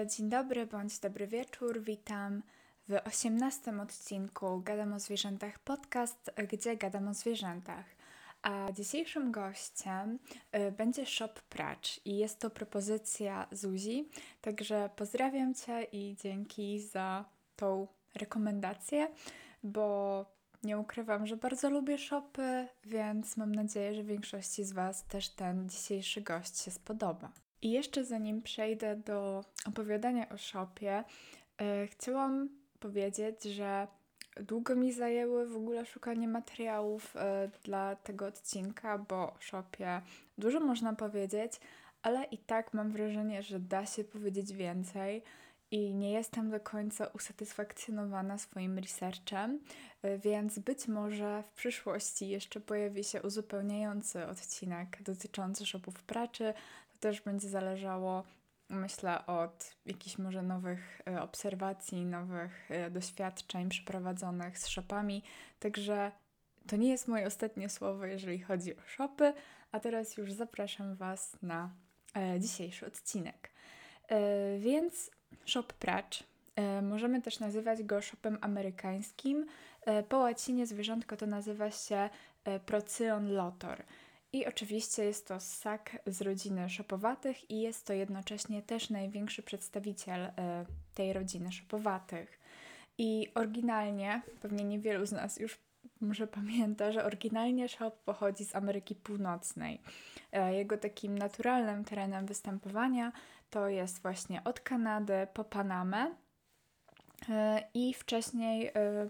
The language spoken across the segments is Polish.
Dzień dobry bądź dobry wieczór. Witam w 18 odcinku Gadam o zwierzętach podcast, gdzie gadam o zwierzętach. A dzisiejszym gościem będzie Shop Pracz i jest to propozycja Zuzi, także pozdrawiam Cię i dzięki za tą rekomendację, bo nie ukrywam, że bardzo lubię shopy, więc mam nadzieję, że większości z Was też ten dzisiejszy gość się spodoba. I jeszcze zanim przejdę do opowiadania o shopie, chciałam powiedzieć, że długo mi zajęły w ogóle szukanie materiałów dla tego odcinka, bo o shopie dużo można powiedzieć, ale i tak mam wrażenie, że da się powiedzieć więcej i nie jestem do końca usatysfakcjonowana swoim researchem, więc być może w przyszłości jeszcze pojawi się uzupełniający odcinek dotyczący shopów praczy. To też będzie zależało, myślę, od jakichś może nowych obserwacji, nowych doświadczeń przeprowadzonych z shopami. Także to nie jest moje ostatnie słowo, jeżeli chodzi o shopy, a teraz już zapraszam Was na dzisiejszy odcinek. Więc Shop Pracz. Możemy też nazywać go shopem amerykańskim. Po łacinie zwierzątko to nazywa się Procyon lotor. I oczywiście jest to ssak z rodziny szopowatych i jest to jednocześnie też największy przedstawiciel tej rodziny szopowatych. I oryginalnie, pewnie niewielu z nas już może pamięta, że oryginalnie shop pochodzi z Ameryki Północnej. Jego takim naturalnym terenem występowania to jest właśnie od Kanady po Panamę i wcześniej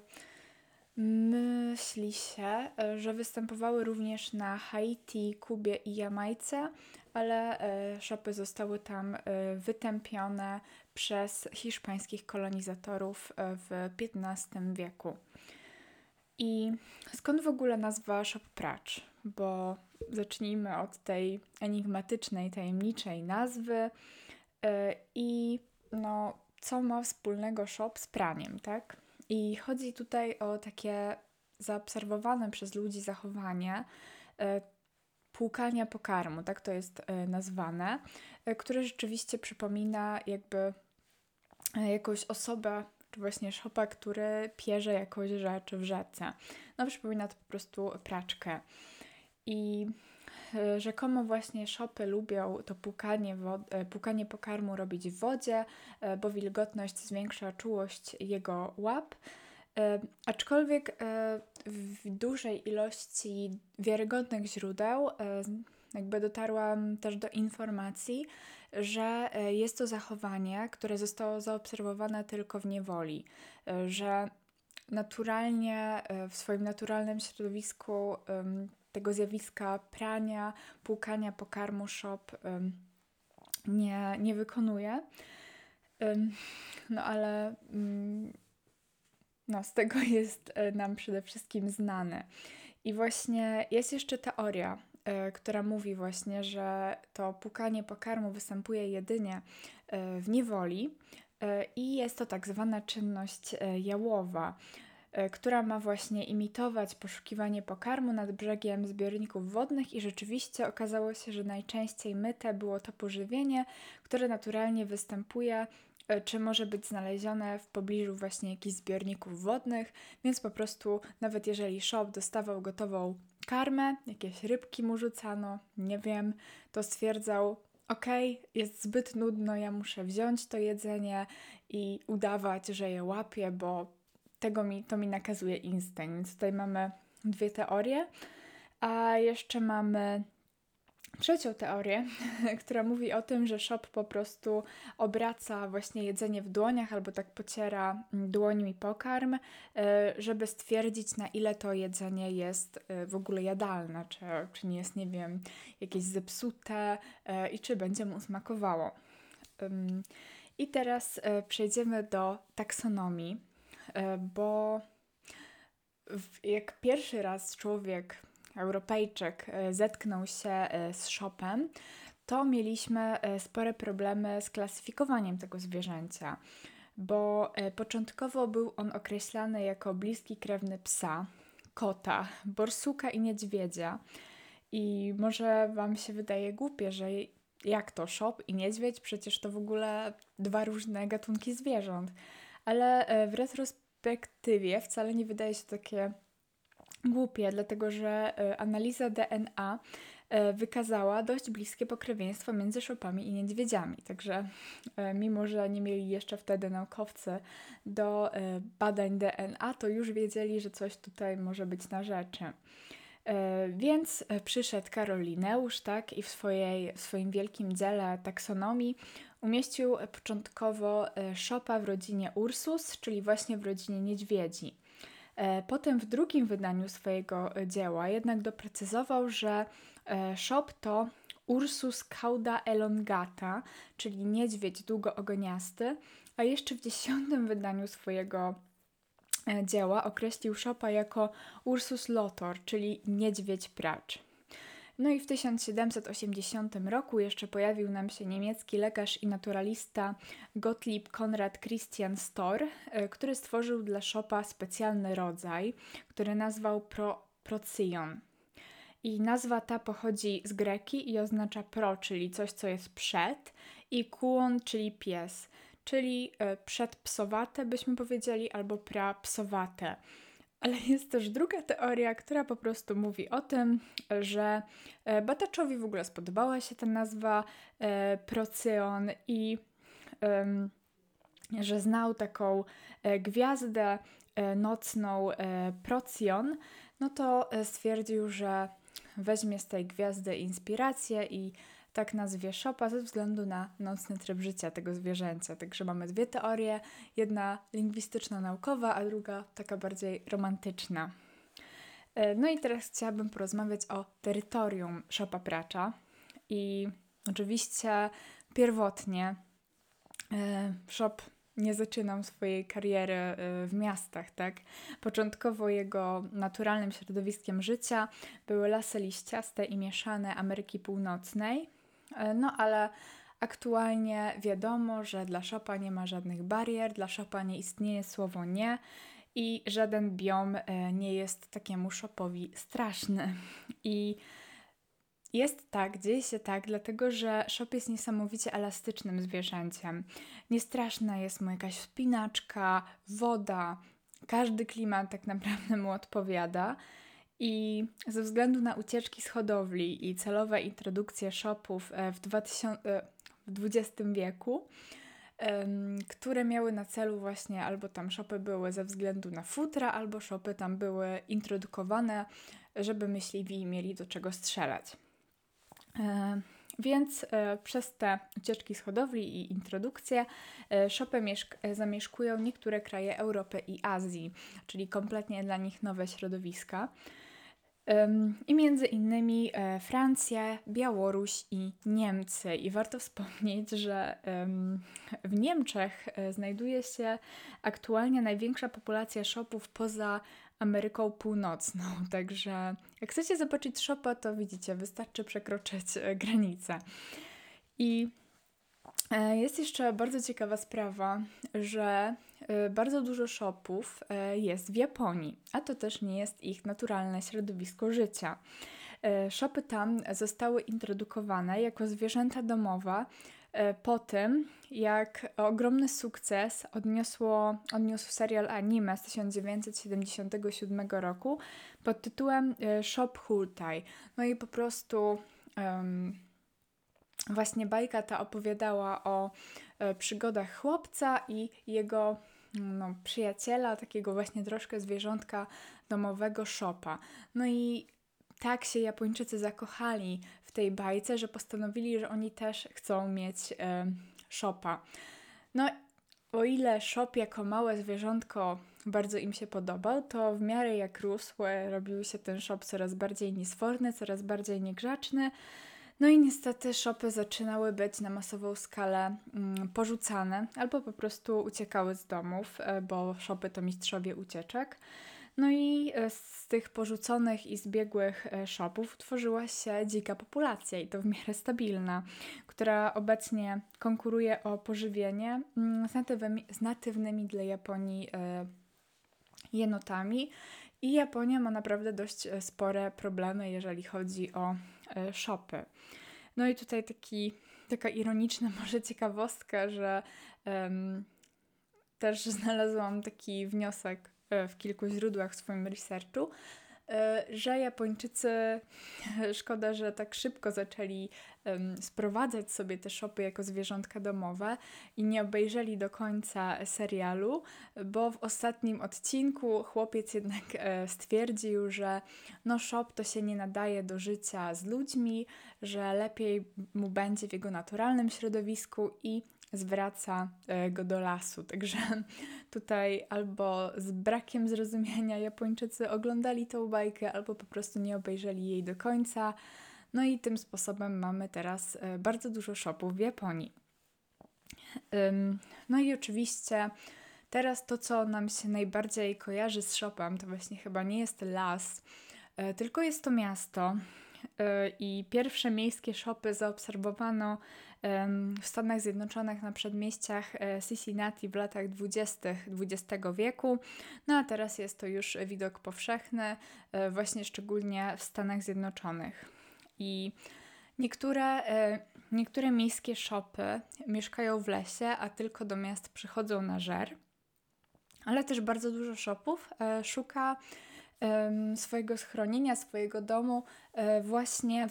myśli się, że występowały również na Haiti, Kubie i Jamajce, ale shopy zostały tam wytępione przez hiszpańskich kolonizatorów w XV wieku. I skąd w ogóle nazwa Shop Pracz? Bo zacznijmy od tej enigmatycznej, tajemniczej nazwy i co ma wspólnego shop z praniem, tak? I chodzi tutaj o takie zaobserwowane przez ludzi zachowanie płukania pokarmu, tak to jest nazwane, które rzeczywiście przypomina jakby jakąś osobę, czy właśnie shopa, który pierze jakąś rzecz w rzece. Przypomina to po prostu praczkę. I rzekomo właśnie shopy lubią to płukanie pokarmu robić w wodzie, bo wilgotność zwiększa czułość jego łap. Aczkolwiek w dużej ilości wiarygodnych źródeł jakby dotarłam też do informacji, że jest to zachowanie, które zostało zaobserwowane tylko w niewoli, że naturalnie, w swoim naturalnym środowisku tego zjawiska prania, płukania pokarmu shop nie wykonuje. Ale z tego jest nam przede wszystkim znane. I właśnie jest jeszcze teoria, która mówi właśnie, że to płukanie pokarmu występuje jedynie w niewoli i jest to tak zwana czynność jałowa, która ma właśnie imitować poszukiwanie pokarmu nad brzegiem zbiorników wodnych i rzeczywiście okazało się, że najczęściej myte było to pożywienie, które naturalnie występuje czy może być znalezione w pobliżu właśnie jakichś zbiorników wodnych, więc po prostu nawet jeżeli shop dostawał gotową karmę, jakieś rybki mu rzucano, nie wiem, to stwierdzał, jest zbyt nudno, ja muszę wziąć to jedzenie i udawać, że je łapię, bo to mi nakazuje instynkt. Więc tutaj mamy dwie teorie, a jeszcze mamy trzecią teorię, która mówi o tym, że shop po prostu obraca właśnie jedzenie w dłoniach albo tak pociera dłońmi pokarm, żeby stwierdzić, na ile to jedzenie jest w ogóle jadalne, czy nie jest, nie wiem, jakieś zepsute i czy będzie mu smakowało. I teraz przejdziemy do taksonomii, bo jak pierwszy raz człowiek, Europejczyk, zetknął się z shopem, to mieliśmy spore problemy z klasyfikowaniem tego zwierzęcia, bo początkowo był on określany jako bliski krewny psa, kota, borsuka i niedźwiedzia. I może Wam się wydaje głupie, że jak to shop i niedźwiedź? Przecież to w ogóle dwa różne gatunki zwierząt. Ale w retrospektywie wcale nie wydaje się takie głupie, dlatego że analiza DNA wykazała dość bliskie pokrewieństwo między szopami i niedźwiedziami. Także mimo, że nie mieli jeszcze wtedy naukowcy do badań DNA, to już wiedzieli, że coś tutaj może być na rzeczy. Więc przyszedł Karol Lineusz, tak, i w swoim wielkim dziele taksonomii umieścił początkowo szopa w rodzinie Ursus, czyli właśnie w rodzinie niedźwiedzi. Potem w drugim wydaniu swojego dzieła jednak doprecyzował, że szop to Ursus cauda elongata, czyli niedźwiedź długoogoniasty, a jeszcze w 10. wydaniu swojego dzieła określił szopa jako Ursus lotor, czyli niedźwiedź pracz. No i w 1780 roku jeszcze pojawił nam się niemiecki lekarz i naturalista Gottlieb Konrad Christian Storr, który stworzył dla szopa specjalny rodzaj, który nazwał Procyon. I nazwa ta pochodzi z greki i oznacza pro, czyli coś, co jest przed, i kuon, czyli pies, czyli przedpsowate byśmy powiedzieli, albo prapsowate. Ale jest też druga teoria, która po prostu mówi o tym, że badaczowi w ogóle spodobała się ta nazwa Procyon i że znał taką gwiazdę nocną Procyon, no to stwierdził, że weźmie z tej gwiazdy inspirację i tak nazwie szopa ze względu na nocny tryb życia tego zwierzęcia. Także mamy dwie teorie, jedna lingwistyczno-naukowa, a druga taka bardziej romantyczna. No i teraz chciałabym porozmawiać o terytorium szopa pracza. I oczywiście pierwotnie szop nie zaczynał swojej kariery w miastach, tak? Początkowo jego naturalnym środowiskiem życia były lasy liściaste i mieszane Ameryki Północnej, no ale aktualnie wiadomo, że dla szopa nie ma żadnych barier, dla szopa nie istnieje słowo nie i żaden biom nie jest takiemu szopowi straszny. I jest tak, dzieje się tak, dlatego że szop jest niesamowicie elastycznym zwierzęciem. Niestraszna jest mu jakaś wspinaczka, woda, każdy klimat tak naprawdę mu odpowiada. I ze względu na ucieczki z hodowli i celowe introdukcje szopów w XX wieku, które miały na celu właśnie, albo tam szopy były ze względu na futra, albo szopy tam były introdukowane, żeby myśliwi mieli do czego strzelać. Więc przez te ucieczki z hodowli i introdukcje szopy zamieszkują niektóre kraje Europy i Azji, czyli kompletnie dla nich nowe środowiska. I między innymi Francja, Białoruś i Niemcy. I warto wspomnieć, że w Niemczech znajduje się aktualnie największa populacja szopów poza Ameryką Północną. Także jak chcecie zobaczyć szopa, to widzicie, wystarczy przekroczyć granicę. I jest jeszcze bardzo ciekawa sprawa, że bardzo dużo szopów jest w Japonii, a to też nie jest ich naturalne środowisko życia. Szopy tam zostały introdukowane jako zwierzęta domowe po tym, jak ogromny sukces odniósł serial anime z 1977 roku pod tytułem Shop Hultai. No i po prostu właśnie bajka ta opowiadała o przygodach chłopca i jego przyjaciela, takiego właśnie troszkę zwierzątka domowego szopa. No i tak się Japończycy zakochali w tej bajce, że postanowili, że oni też chcą mieć szopa. No o ile szop jako małe zwierzątko bardzo im się podobał, to w miarę jak rósł, robił się ten szop coraz bardziej niesforny, coraz bardziej niegrzeczny. No i niestety szopy zaczynały być na masową skalę porzucane albo po prostu uciekały z domów, bo szopy to mistrzowie ucieczek. No i z tych porzuconych i zbiegłych szopów tworzyła się dzika populacja i to w miarę stabilna, która obecnie konkuruje o pożywienie z natywnymi dla Japonii jenotami. I Japonia ma naprawdę dość spore problemy, jeżeli chodzi o szopy. No i tutaj taki taka ironiczna może ciekawostka, że też znalazłam taki wniosek w kilku źródłach w swoim researchu, że Japończycy, szkoda, że tak szybko zaczęli sprowadzać sobie te shopy jako zwierzątka domowe i nie obejrzeli do końca serialu, bo w ostatnim odcinku chłopiec jednak stwierdził, że no shop to się nie nadaje do życia z ludźmi, że lepiej mu będzie w jego naturalnym środowisku i zwraca go do lasu. Także tutaj albo z brakiem zrozumienia Japończycy oglądali tą bajkę, albo po prostu nie obejrzeli jej do końca. No i tym sposobem mamy teraz bardzo dużo shopów w Japonii. No i oczywiście teraz to, co nam się najbardziej kojarzy z shopem, to właśnie chyba nie jest las, tylko jest to miasto. I pierwsze miejskie shopy zaobserwowano w Stanach Zjednoczonych na przedmieściach Cincinnati w latach 20. XX wieku. No a teraz jest to już widok powszechny, właśnie szczególnie w Stanach Zjednoczonych. I niektóre miejskie shopy mieszkają w lesie, a tylko do miast przychodzą na żer. Ale też bardzo dużo shopów szuka swojego schronienia, swojego domu właśnie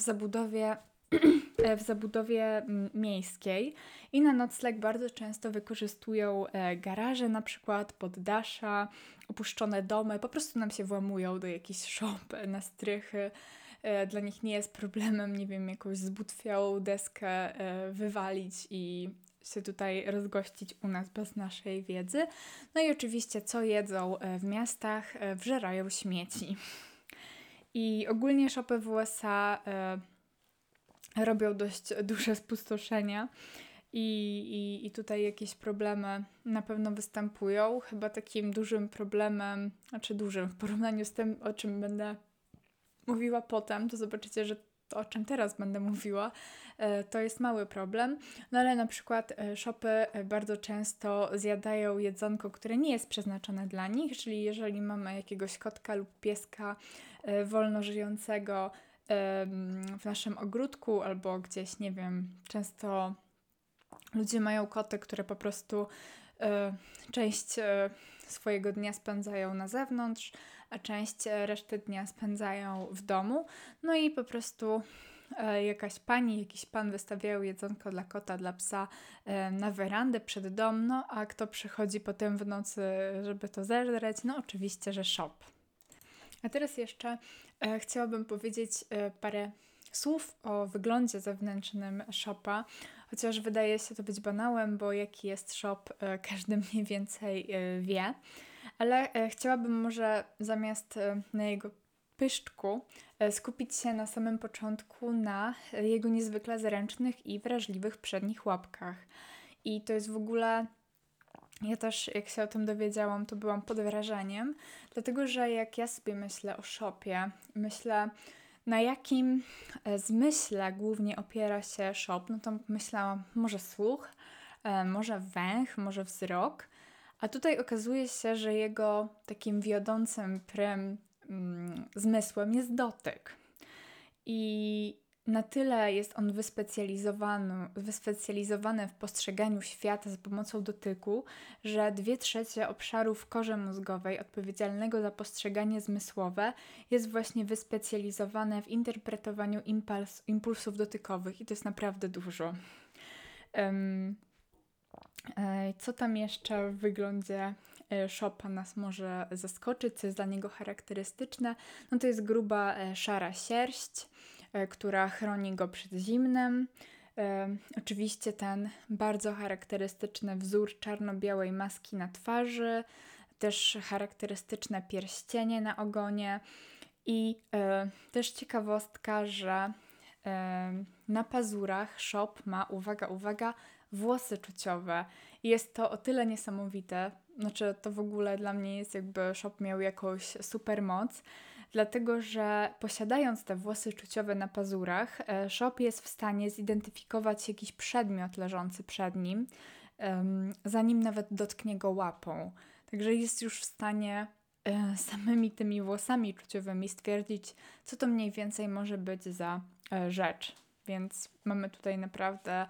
w zabudowie miejskiej i na nocleg bardzo często wykorzystują garaże, na przykład poddasza, opuszczone domy, po prostu nam się włamują do jakichś shop na strychy. Dla nich nie jest problemem, nie wiem, jakąś zbutwiałą deskę wywalić i się tutaj rozgościć u nas bez naszej wiedzy. No i oczywiście co jedzą w miastach? Wżerają śmieci. I ogólnie shopy w USA robią dość duże spustoszenia i tutaj jakieś problemy na pewno występują. Chyba takim dużym problemem, dużym w porównaniu z tym, o czym będę mówiła potem, to zobaczycie, że to, o czym teraz będę mówiła, to jest mały problem. No ale na przykład shopy bardzo często zjadają jedzonko, które nie jest przeznaczone dla nich, czyli jeżeli mamy jakiegoś kotka lub pieska wolno żyjącego w naszym ogródku albo gdzieś, nie wiem, często ludzie mają koty, które po prostu część swojego dnia spędzają na zewnątrz, a część reszty dnia spędzają w domu. No i po prostu jakaś pani, jakiś pan wystawiają jedzonko dla kota, dla psa na werandę przed dom, no a kto przychodzi potem w nocy, żeby to zeżreć? No oczywiście, że shop. A teraz jeszcze chciałabym powiedzieć parę słów o wyglądzie zewnętrznym shopa, chociaż wydaje się to być banałem, bo jaki jest shop, każdy mniej więcej wie, ale chciałabym może zamiast na jego pyszczku skupić się na samym początku na jego niezwykle zręcznych i wrażliwych przednich łapkach. I to jest w ogóle... Ja też, jak się o tym dowiedziałam, to byłam pod wrażeniem, dlatego że jak ja sobie myślę o shopie, myślę, na jakim zmyśle głównie opiera się shop, no to myślałam, może słuch, może węch, może wzrok, a tutaj okazuje się, że jego takim wiodącym zmysłem jest dotyk. I na tyle jest on wyspecjalizowany w postrzeganiu świata za pomocą dotyku, że 2/3 obszaru w korze mózgowej odpowiedzialnego za postrzeganie zmysłowe jest właśnie wyspecjalizowane w interpretowaniu impulsów dotykowych i to jest naprawdę dużo. Co tam jeszcze w wyglądzie shopa nas może zaskoczyć, co jest dla niego charakterystyczne? No to jest gruba, szara sierść, która chroni go przed zimnem. Oczywiście ten bardzo charakterystyczny wzór czarno-białej maski na twarzy, też charakterystyczne pierścienie na ogonie i też ciekawostka, że na pazurach shop ma, uwaga, włosy czuciowe. I jest to o tyle niesamowite, to w ogóle dla mnie jest jakby shop miał jakąś super moc, dlatego że posiadając te włosy czuciowe na pazurach, shop jest w stanie zidentyfikować jakiś przedmiot leżący przed nim, zanim nawet dotknie go łapą. Także jest już w stanie samymi tymi włosami czuciowymi stwierdzić, co to mniej więcej może być za rzecz. więc mamy tutaj naprawdę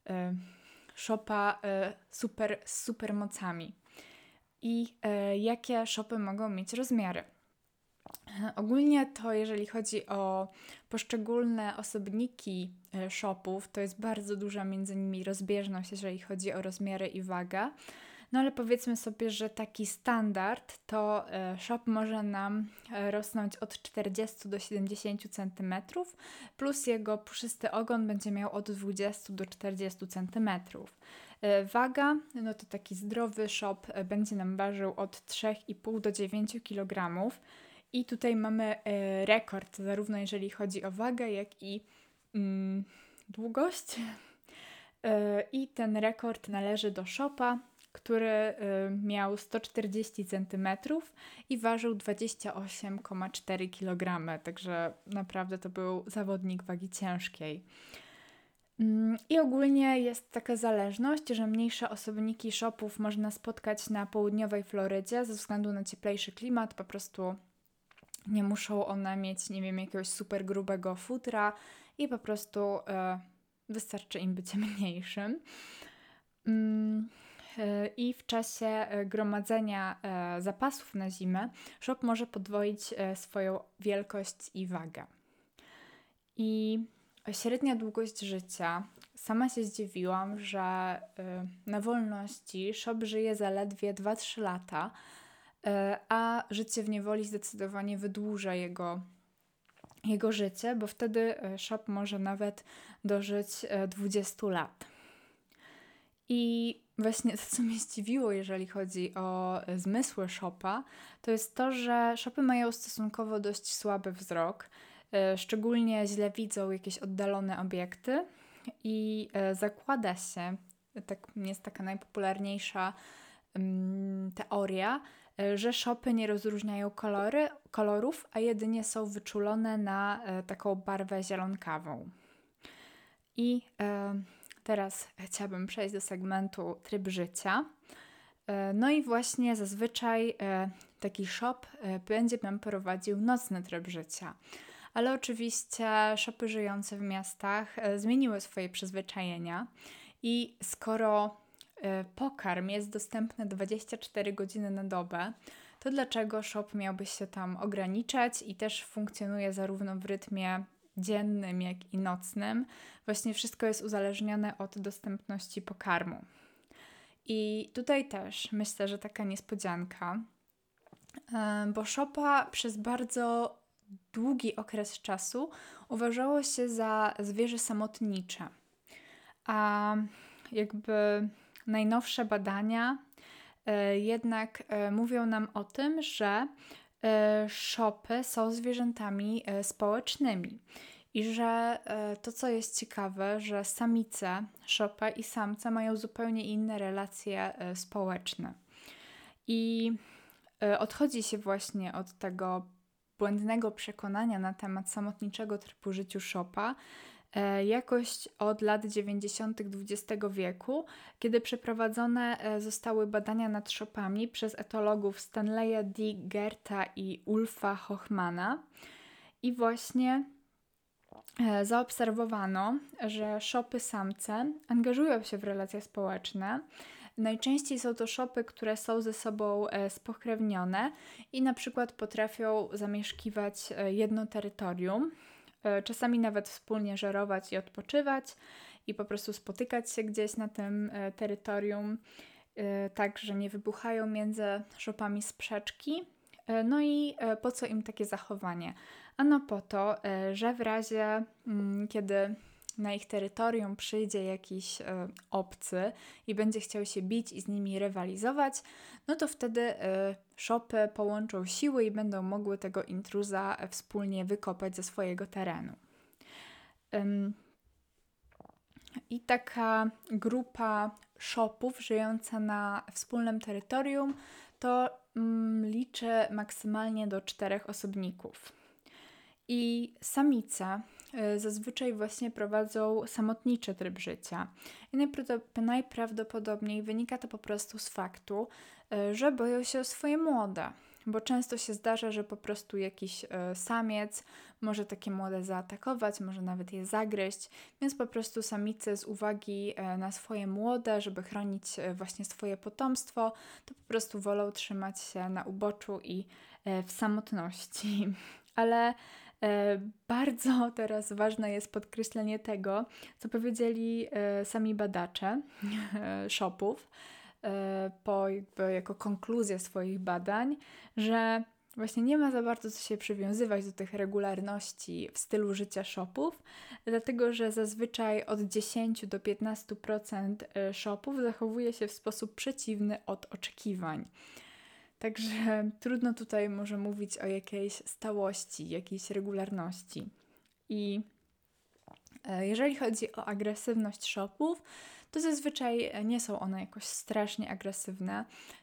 shopa z super mocami. I jakie shopy mogą mieć rozmiary? Ogólnie to jeżeli chodzi o poszczególne osobniki shopów, to jest bardzo duża między nimi rozbieżność, jeżeli chodzi o rozmiary i wagę. No ale powiedzmy sobie, że taki standard to shop może nam rosnąć od 40 do 70 cm, plus jego puszysty ogon będzie miał od 20 do 40 cm. Waga, no to taki zdrowy shop będzie nam ważył od 3,5 do 9 kg. I tutaj mamy rekord, zarówno jeżeli chodzi o wagę, jak i długość. I ten rekord należy do shopa, który miał 140 cm i ważył 28,4 kg. Także naprawdę to był zawodnik wagi ciężkiej. I ogólnie jest taka zależność, że mniejsze osobniki shopów można spotkać na południowej Florydzie ze względu na cieplejszy klimat. Po prostu nie muszą one mieć, nie wiem, jakiegoś super grubego futra i po prostu wystarczy im być mniejszym. I w czasie gromadzenia zapasów na zimę shop może podwoić swoją wielkość i wagę. I średnia długość życia. Sama się zdziwiłam, że na wolności shop żyje zaledwie 2-3 lata, a życie w niewoli zdecydowanie wydłuża jego życie, bo wtedy shop może nawet dożyć 20 lat. I właśnie to, co mnie zdziwiło, jeżeli chodzi o zmysły shopa, to jest to, że shopy mają stosunkowo dość słaby wzrok, szczególnie źle widzą jakieś oddalone obiekty i zakłada się, tak jest taka najpopularniejsza teoria, że shopy nie rozróżniają kolorów, a jedynie są wyczulone na taką barwę zielonkawą. I teraz chciałabym przejść do segmentu tryb życia. No i właśnie zazwyczaj taki shop będzie nam prowadził nocny tryb życia. Ale oczywiście shopy żyjące w miastach zmieniły swoje przyzwyczajenia i skoro pokarm jest dostępny 24 godziny na dobę, to dlaczego shop miałby się tam ograniczać i też funkcjonuje zarówno w rytmie dziennym, jak i nocnym. Właśnie wszystko jest uzależnione od dostępności pokarmu. I tutaj też myślę, że taka niespodzianka, bo shopa przez bardzo długi okres czasu uważało się za zwierzę samotnicze. A jakby najnowsze badania jednak mówią nam o tym, że shopy są zwierzętami społecznymi i że to, co jest ciekawe, że samice shopa i samce mają zupełnie inne relacje społeczne. I odchodzi się właśnie od tego błędnego przekonania na temat samotniczego trybu życia shopa jakoś od lat 90. XX wieku, kiedy przeprowadzone zostały badania nad shopami przez etologów Stanleya D. Gerta i Ulfa Hochmana. I właśnie zaobserwowano, że shopy samce angażują się w relacje społeczne. Najczęściej są to shopy, które są ze sobą spokrewnione i na przykład potrafią zamieszkiwać jedno terytorium, czasami nawet wspólnie żerować i odpoczywać i po prostu spotykać się gdzieś na tym terytorium, tak, że nie wybuchają między shopami sprzeczki. No i po co im takie zachowanie? Ano po to, że w razie, kiedy na ich terytorium przyjdzie jakiś obcy i będzie chciał się bić i z nimi rywalizować, no to wtedy shopy połączą siły i będą mogły tego intruza wspólnie wykopać ze swojego terenu. I taka grupa shopów żyjąca na wspólnym terytorium to liczy maksymalnie do 4 osobników. I samice zazwyczaj właśnie prowadzą samotniczy tryb życia. I najprawdopodobniej wynika to po prostu z faktu, że boją się o swoje młode. bo często się zdarza, że po prostu jakiś samiec może takie młode zaatakować, może nawet je zagryźć, więc po prostu samice z uwagi na swoje młode, żeby chronić właśnie swoje potomstwo, to po prostu wolą trzymać się na uboczu i w samotności. Ale bardzo teraz ważne jest podkreślenie tego, co powiedzieli sami badacze SHOP-ów, jako konkluzję swoich badań, że właśnie nie ma za bardzo co się przywiązywać do tych regularności w stylu życia SHOP-ów, dlatego że zazwyczaj od 10 do 15% SHOP-ów zachowuje się w sposób przeciwny od oczekiwań. Także trudno tutaj może mówić o jakiejś stałości, jakiejś regularności. I jeżeli chodzi o agresywność SHOP-ów, to zazwyczaj nie są one jakoś strasznie agresywne.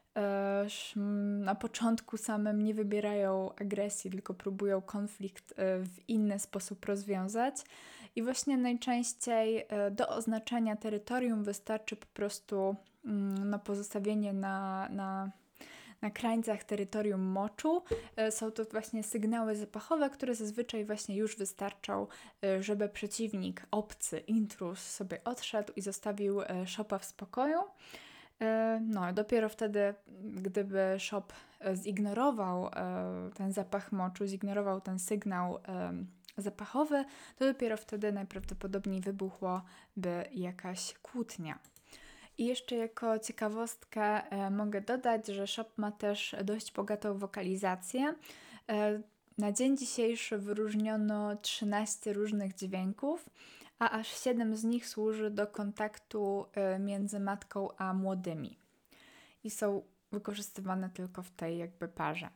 Na początku samym nie wybierają agresji, tylko próbują konflikt w inny sposób rozwiązać. I właśnie najczęściej do oznaczenia terytorium wystarczy po prostu pozostawienie na krańcach terytorium moczu. Są to właśnie sygnały zapachowe, które zazwyczaj właśnie już wystarczą, żeby przeciwnik, obcy, intruz sobie odszedł i zostawił SHOP-a w spokoju. Dopiero wtedy, gdyby SHOP zignorował ten zapach moczu, zignorował ten sygnał zapachowy, to dopiero wtedy najprawdopodobniej wybuchłaby jakaś kłótnia. I jeszcze jako ciekawostkę mogę dodać, że SHOP ma też dość bogatą wokalizację. Na dzień dzisiejszy wyróżniono 13 różnych dźwięków, a aż 7 z nich służy do kontaktu między matką a młodymi. I są wykorzystywane tylko w tej jakby parze.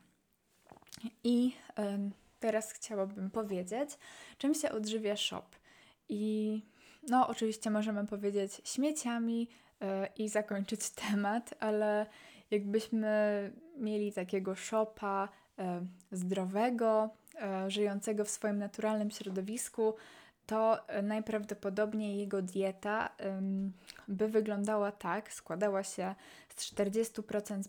I teraz chciałabym powiedzieć, czym się odżywia SHOP. I oczywiście możemy powiedzieć śmieciami i zakończyć temat, ale jakbyśmy mieli takiego SHOP-a zdrowego, żyjącego w swoim naturalnym środowisku, to najprawdopodobniej jego dieta by wyglądała tak, składała się z 40%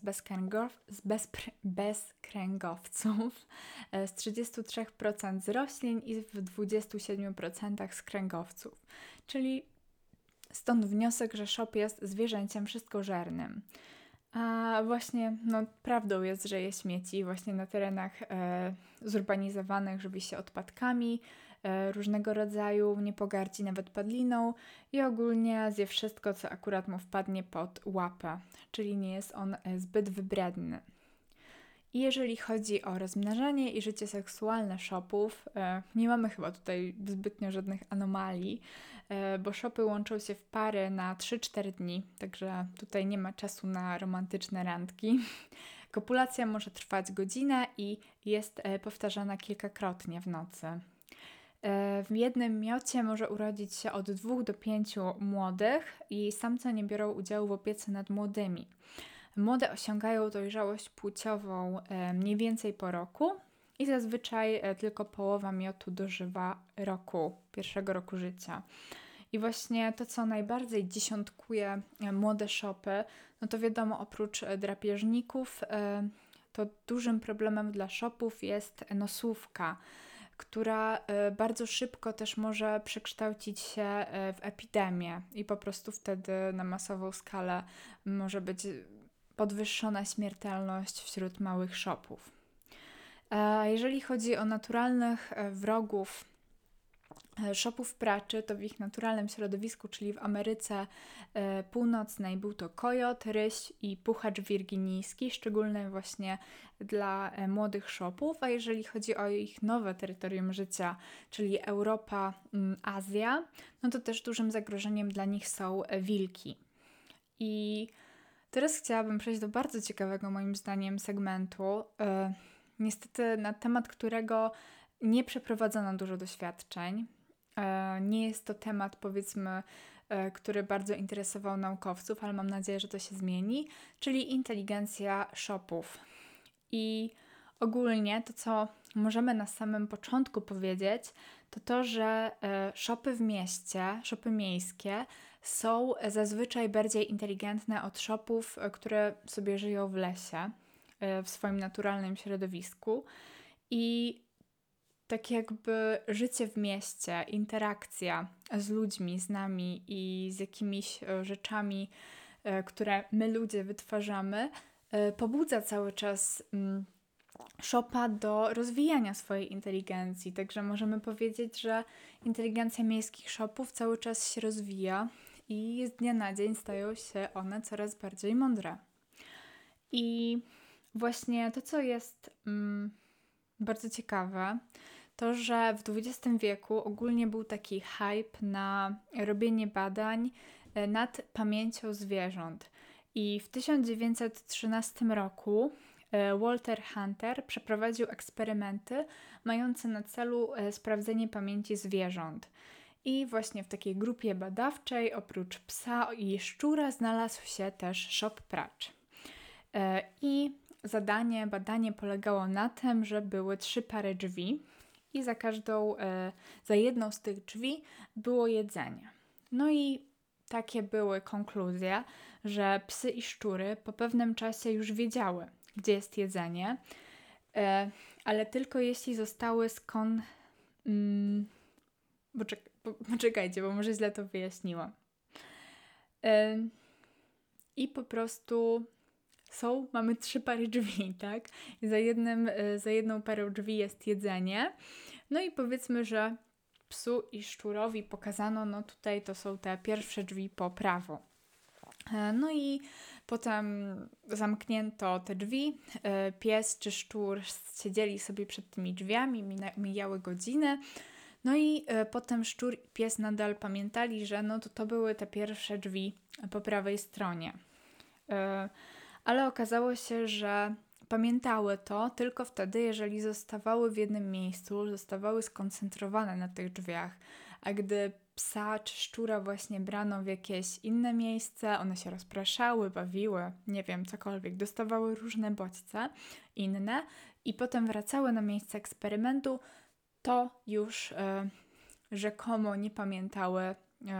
bezkręgowców, z 33% z roślin i w 27% z kręgowców. Czyli stąd wniosek, że SHOP jest zwierzęciem wszystkożernym. A właśnie prawdą jest, że je śmieci. Właśnie na terenach zurbanizowanych żywi się odpadkami różnego rodzaju, nie pogardzi nawet padliną i ogólnie zje wszystko, co akurat mu wpadnie pod łapę, czyli nie jest on zbyt wybredny. I jeżeli chodzi o rozmnażanie i życie seksualne SHOP-ów, nie mamy chyba tutaj zbytnio żadnych anomalii, bo SHOP-y łączą się w pary na 3-4 dni, także tutaj nie ma czasu na romantyczne randki. Kopulacja może trwać godzinę i jest powtarzana kilkakrotnie w nocy. W jednym miocie może urodzić się od 2 do 5 młodych i samce nie biorą udziału w opiece nad młodymi. Młode osiągają dojrzałość płciową mniej więcej po roku i zazwyczaj tylko połowa miotu dożywa pierwszego roku życia. I właśnie to, co najbardziej dziesiątkuje młode SHOP-y, to wiadomo, oprócz drapieżników, to dużym problemem dla SHOP-ów jest nosówka, która bardzo szybko też może przekształcić się w epidemię i po prostu wtedy na masową skalę może być podwyższona śmiertelność wśród małych SHOP-ów. Jeżeli chodzi o naturalnych wrogów SHOP-ów praczy, to w ich naturalnym środowisku, czyli w Ameryce Północnej, był to kojot, ryś i puchacz wirginijski, szczególny właśnie dla młodych SHOP-ów, a jeżeli chodzi o ich nowe terytorium życia, czyli Europa, Azja, to też dużym zagrożeniem dla nich są wilki. I teraz chciałabym przejść do bardzo ciekawego moim zdaniem segmentu, niestety na temat którego nie przeprowadzono dużo doświadczeń. Nie jest to temat, powiedzmy, który bardzo interesował naukowców, ale mam nadzieję, że to się zmieni, czyli inteligencja SHOP-ów. I ogólnie to, co możemy na samym początku powiedzieć, to, że SHOP-y w mieście, SHOP-y miejskie są zazwyczaj bardziej inteligentne od SHOP-ów, które sobie żyją w lesie. w swoim naturalnym środowisku i tak jakby życie w mieście, interakcja z ludźmi, z nami i z jakimiś rzeczami, które my ludzie wytwarzamy, pobudza cały czas Shopa do rozwijania swojej inteligencji. Także możemy powiedzieć, że inteligencja miejskich shopów cały czas się rozwija i z dnia na dzień stają się one coraz bardziej mądre. I właśnie to, co jest bardzo ciekawe, to, że w XX wieku ogólnie był taki hype na robienie badań nad pamięcią zwierząt. I w 1913 roku Walter Hunter przeprowadził eksperymenty mające na celu sprawdzenie pamięci zwierząt. I właśnie w takiej grupie badawczej oprócz psa i szczura znalazł się też szop-pracz. I badanie polegało na tym, że były 3 pary drzwi i za jedną z tych drzwi było jedzenie. No i takie były konkluzje, że psy i szczury po pewnym czasie już wiedziały, gdzie jest jedzenie, ale tylko jeśli zostały Poczekajcie, bo może źle to wyjaśniłam. I po prostu mamy 3 pary drzwi, tak? I za jedną parą drzwi jest jedzenie. No i powiedzmy, że psu i szczurowi pokazano, tutaj to są te pierwsze drzwi po prawo. No i potem zamknięto te drzwi, pies czy szczur siedzieli sobie przed tymi drzwiami, mijały godziny, no i potem szczur i pies nadal pamiętali, że to były te pierwsze drzwi po prawej stronie. Ale okazało się, że pamiętały to tylko wtedy, jeżeli zostawały w jednym miejscu, zostawały skoncentrowane na tych drzwiach, a gdy psa czy szczura właśnie brano w jakieś inne miejsce, one się rozpraszały, bawiły, nie wiem, cokolwiek, dostawały różne bodźce inne i potem wracały na miejsce eksperymentu, to już rzekomo nie pamiętały,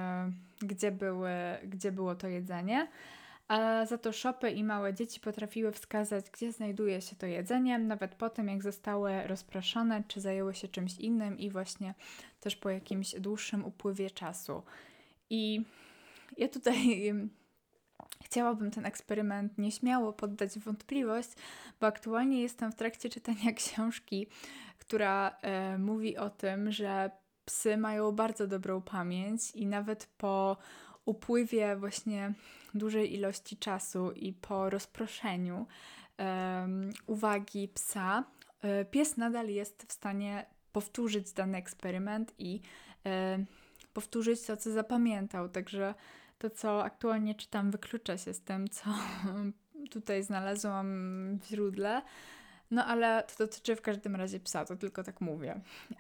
gdzie było to jedzenie, a za to szopy i małe dzieci potrafiły wskazać, gdzie znajduje się to jedzenie, nawet po tym, jak zostały rozproszone, czy zajęły się czymś innym i właśnie też po jakimś dłuższym upływie czasu. I ja tutaj chciałabym ten eksperyment nieśmiało poddać w wątpliwość, bo aktualnie jestem w trakcie czytania książki, która mówi o tym, że psy mają bardzo dobrą pamięć i nawet po upływie właśnie dużej ilości czasu i po rozproszeniu uwagi psa, pies nadal jest w stanie powtórzyć dany eksperyment i powtórzyć to, co zapamiętał. Także to, co aktualnie czytam, wyklucza się z tym, co tutaj znalazłam w źródle. No ale to dotyczy w każdym razie psa, to tylko tak mówię.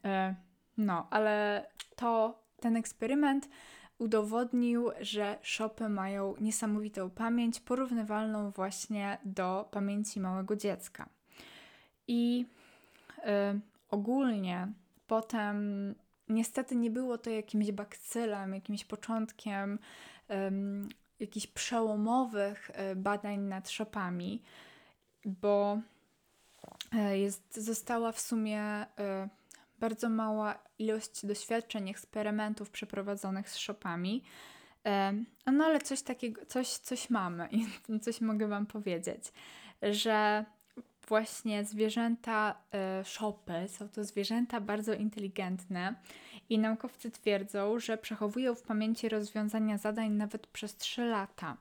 Ale ten eksperyment udowodnił, że szopy mają niesamowitą pamięć, porównywalną właśnie do pamięci małego dziecka. I ogólnie potem niestety nie było to jakimś bakcylem, jakimś początkiem jakichś przełomowych badań nad szopami, bo została w sumie bardzo mała ilość doświadczeń, eksperymentów przeprowadzonych z szopami, ale coś mamy i coś mogę Wam powiedzieć, że właśnie zwierzęta szopy są to zwierzęta bardzo inteligentne i naukowcy twierdzą, że przechowują w pamięci rozwiązania zadań nawet przez 3 lata.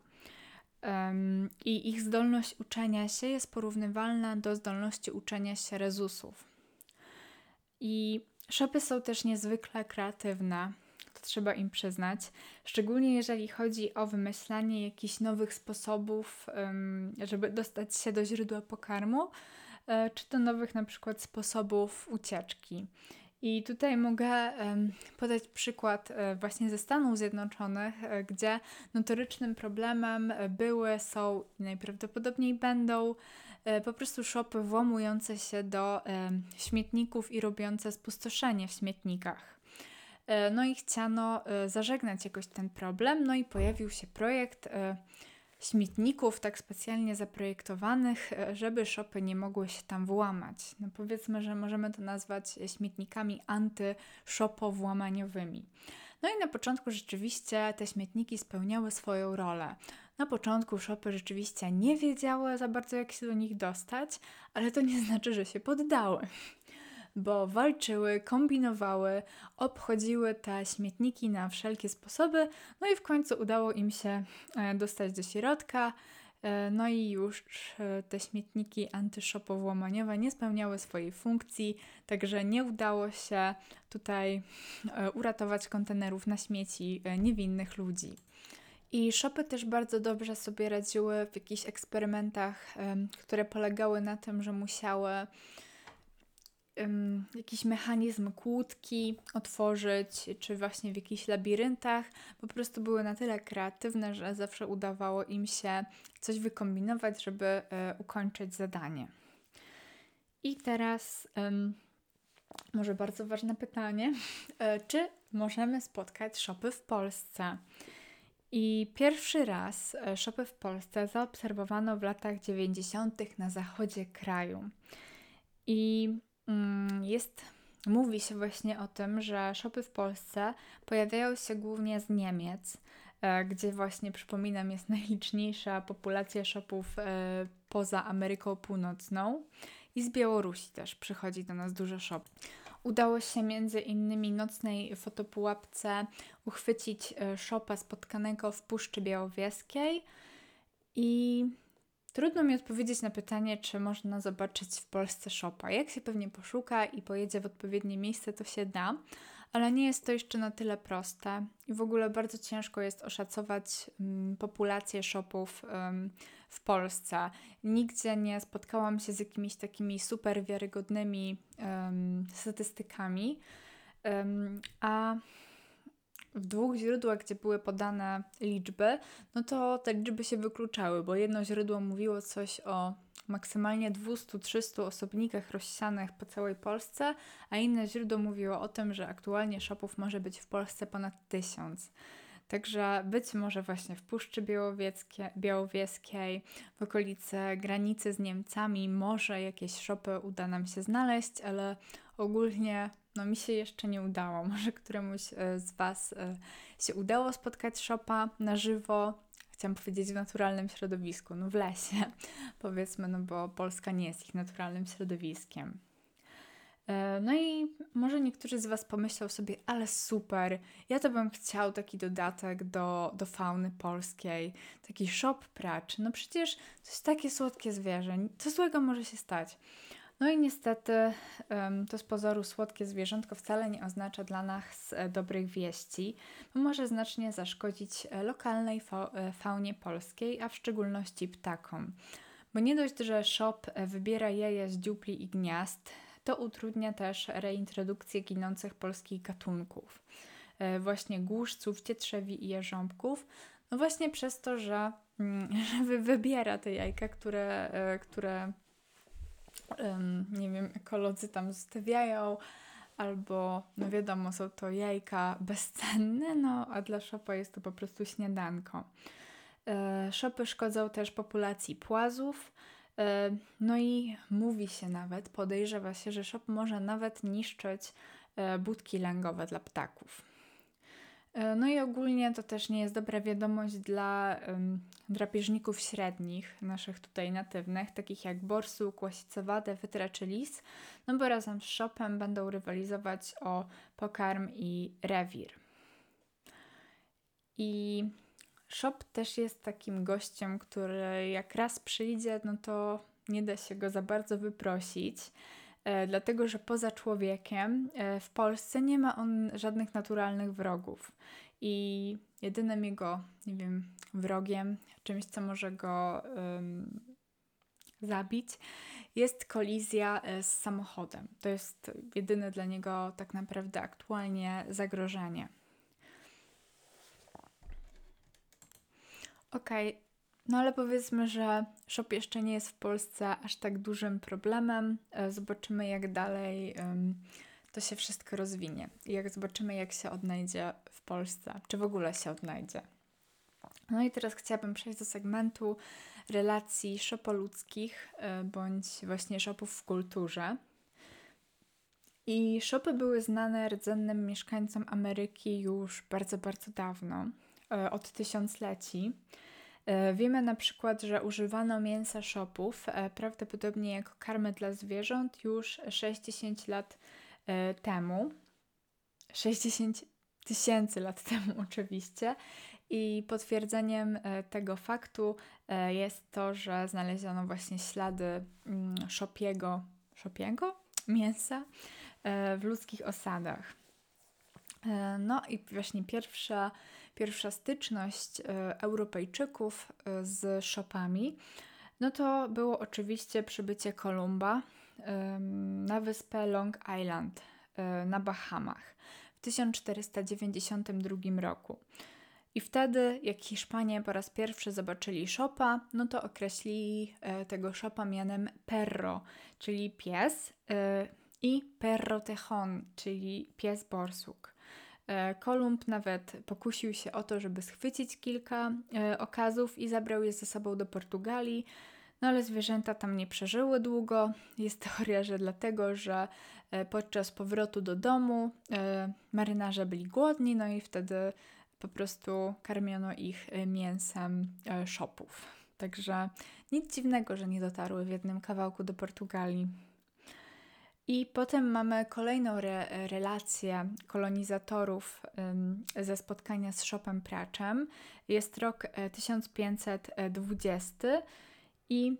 I ich zdolność uczenia się jest porównywalna do zdolności uczenia się rezusów. I szopy są też niezwykle kreatywne, to trzeba im przyznać, szczególnie jeżeli chodzi o wymyślanie jakichś nowych sposobów, żeby dostać się do źródła pokarmu, czy do nowych na przykład sposobów ucieczki. I tutaj mogę podać przykład właśnie ze Stanów Zjednoczonych, gdzie notorycznym problemem są i najprawdopodobniej będą po prostu szopy włamujące się do śmietników i robiące spustoszenie w śmietnikach. No i chciano zażegnać jakoś ten problem, no i pojawił się projekt śmietników tak specjalnie zaprojektowanych, żeby shopy nie mogły się tam włamać. No powiedzmy, że możemy to nazwać śmietnikami anty-shopo-włamaniowymi. No i na początku rzeczywiście te śmietniki spełniały swoją rolę. Na początku shopy rzeczywiście nie wiedziały za bardzo, jak się do nich dostać, ale to nie znaczy, że się poddały, bo walczyły, kombinowały, obchodziły te śmietniki na wszelkie sposoby, no i w końcu udało im się dostać do środka. No i już te śmietniki antyszopowo-łamaniowe nie spełniały swojej funkcji, także nie udało się tutaj uratować kontenerów na śmieci niewinnych ludzi. I shopy też bardzo dobrze sobie radziły w jakichś eksperymentach, które polegały na tym, że musiały jakiś mechanizm kłódki otworzyć, czy właśnie w jakichś labiryntach. Po prostu były na tyle kreatywne, że zawsze udawało im się coś wykombinować, żeby ukończyć zadanie. I teraz może bardzo ważne pytanie, czy możemy spotkać shopy w Polsce? I pierwszy raz shopy w Polsce zaobserwowano w latach 90. na zachodzie kraju. I mówi się właśnie o tym, że shopy w Polsce pojawiają się głównie z Niemiec, gdzie właśnie, przypominam, jest najliczniejsza populacja shopów poza Ameryką Północną, i z Białorusi też przychodzi do nas dużo shopów. Udało się między innymi nocnej fotopułapce uchwycić shopa spotkanego w Puszczy Białowieskiej i trudno mi odpowiedzieć na pytanie, czy można zobaczyć w Polsce shopa. Jak się pewnie poszuka i pojedzie w odpowiednie miejsce, to się da, ale nie jest to jeszcze na tyle proste i w ogóle bardzo ciężko jest oszacować populację shopów w Polsce. Nigdzie nie spotkałam się z jakimiś takimi super wiarygodnymi statystykami, a w 2 źródłach, gdzie były podane liczby, no to te liczby się wykluczały, bo jedno źródło mówiło coś o maksymalnie 200-300 osobnikach rozsianych po całej Polsce, a inne źródło mówiło o tym, że aktualnie shopów może być w Polsce ponad 1000. Także być może właśnie w Puszczy Białowieskiej, w okolicy granicy z Niemcami, może jakieś shopy uda nam się znaleźć, ale ogólnie mi się jeszcze nie udało. Może któremuś z Was się udało spotkać shopa na żywo. Chciałam powiedzieć w naturalnym środowisku, w lesie powiedzmy, bo Polska nie jest ich naturalnym środowiskiem. No i może niektórzy z Was pomyślą sobie, ale super, ja to bym chciał taki dodatek do fauny polskiej, taki shop pracz. No przecież to jest takie słodkie zwierzę, co złego może się stać? No i niestety to z pozoru słodkie zwierzątko wcale nie oznacza dla nas dobrych wieści, bo może znacznie zaszkodzić lokalnej faunie polskiej, a w szczególności ptakom. Bo nie dość, że shop wybiera jaja z dziupli i gniazd, to utrudnia też reintrodukcję ginących polskich gatunków. Właśnie głuszców, cietrzewi i jarząbków. No właśnie przez to, że wybiera te jajka, które nie wiem, ekolodzy tam zostawiają, albo wiadomo, są to jajka bezcenne, a dla szopa jest to po prostu śniadanko. Szopy szkodzą też populacji płazów, no i mówi się nawet, podejrzewa się, że szop może nawet niszczyć budki lęgowe dla ptaków. No i ogólnie to też nie jest dobra wiadomość dla drapieżników średnich, naszych tutaj natywnych, takich jak borsuk, łasicowate, wytra czy lis, bo razem z szopem będą rywalizować o pokarm i rewir. I szop też jest takim gościem, który jak raz przyjdzie, to nie da się go za bardzo wyprosić, dlatego że poza człowiekiem w Polsce nie ma on żadnych naturalnych wrogów i jedynym jego, wrogiem, czymś, co może go zabić, jest kolizja z samochodem. To jest jedyne dla niego tak naprawdę aktualnie zagrożenie. Okej. Ale powiedzmy, że shop jeszcze nie jest w Polsce aż tak dużym problemem. Zobaczymy, jak dalej to się wszystko rozwinie. I zobaczymy, jak się odnajdzie w Polsce. Czy w ogóle się odnajdzie. No i teraz chciałabym przejść do segmentu relacji shopoludzkich bądź właśnie shopów w kulturze. I shopy były znane rdzennym mieszkańcom Ameryki już bardzo, bardzo dawno, od tysiącleci. Wiemy na przykład, że używano mięsa shopów prawdopodobnie jako karmy dla zwierząt już 60 lat temu. 60 tysięcy lat temu oczywiście. I potwierdzeniem tego faktu jest to, że znaleziono właśnie ślady szopiego mięsa w ludzkich osadach. No i właśnie pierwsza styczność Europejczyków z shopami, no to było oczywiście przybycie Kolumba na wyspę Long Island na Bahamach w 1492 roku. I wtedy, jak Hiszpanie po raz pierwszy zobaczyli szopa, no to określili tego szopa mianem perro, czyli pies, i perro tejon, czyli pies borsuk. Kolumb nawet pokusił się o to, żeby schwycić kilka okazów i zabrał je ze sobą do Portugalii, no ale zwierzęta tam nie przeżyły długo. Jest teoria, że dlatego, że podczas powrotu do domu marynarze byli głodni, no i wtedy po prostu karmiono ich mięsem szopów. Także nic dziwnego, że nie dotarły w jednym kawałku do Portugalii. I potem mamy kolejną relację kolonizatorów ze spotkania z Shopem Praczem. Jest rok 1520 i